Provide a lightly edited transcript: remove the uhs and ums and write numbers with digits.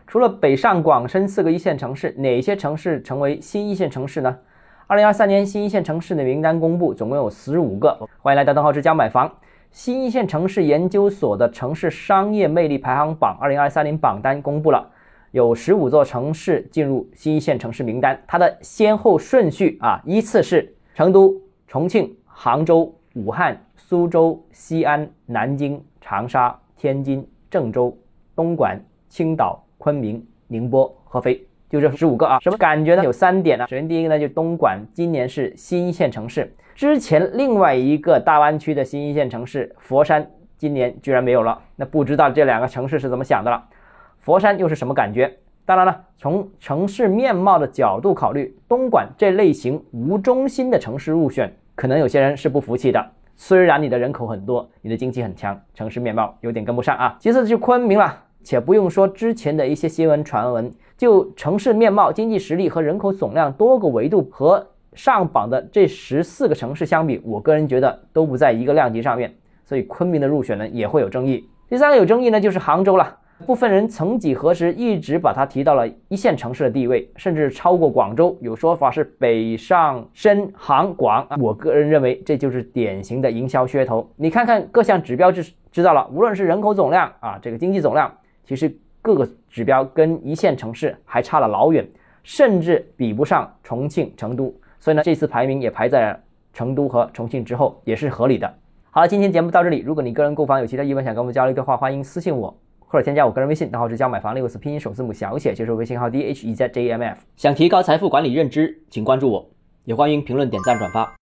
除了北上广深4个一线城市，哪些城市成为新一线城市呢？2023年新一线城市的名单公布，总共有15个。欢迎来到邓浩之家买房。新一线城市研究所的城市商业魅力排行榜2023年榜单公布了，有15座城市进入新一线城市名单。它的先后顺序依次是成都、重庆、杭州、武汉、苏州、西安、南京、长沙、天津、郑州、东莞、青岛、昆明、宁波、合肥，就这15个啊。什么感觉呢？有3点啊。首先第一个呢，就东莞今年是新一线城市，之前另外一个大湾区的新一线城市佛山今年居然没有了，那不知道这2个城市是怎么想的了。佛山又是什么感觉？当然了，从城市面貌的角度考虑，东莞这类型无中心的城市入选，可能有些人是不服气的。虽然你的人口很多，你的经济很强，城市面貌有点跟不上啊。其次就是昆明了，且不用说之前的一些新闻传闻，就城市面貌、经济实力和人口总量多个维度和上榜的这14个城市相比，我个人觉得都不在一个量级上面，所以昆明的入选呢也会有争议。第3个有争议呢就是杭州了，部分人曾几何时一直把它提到了一线城市的地位，甚至超过广州，有说法是北上深杭广。我个人认为这就是典型的营销噱头。你看看各项指标就知道了，无论是人口总量这个经济总量，其实各个指标跟一线城市还差了老远，甚至比不上重庆、成都。所以呢，这次排名也排在了成都和重庆之后，也是合理的。好了，今天节目到这里。如果你个人购房有其他疑问想跟我们交流的话，欢迎私信我或者添加我个人微信，邓浩之家买房6个字拼音首字母小写，就是微信号 DHEZJMF。想提高财富管理认知，请关注我，也欢迎评论、点赞、转发。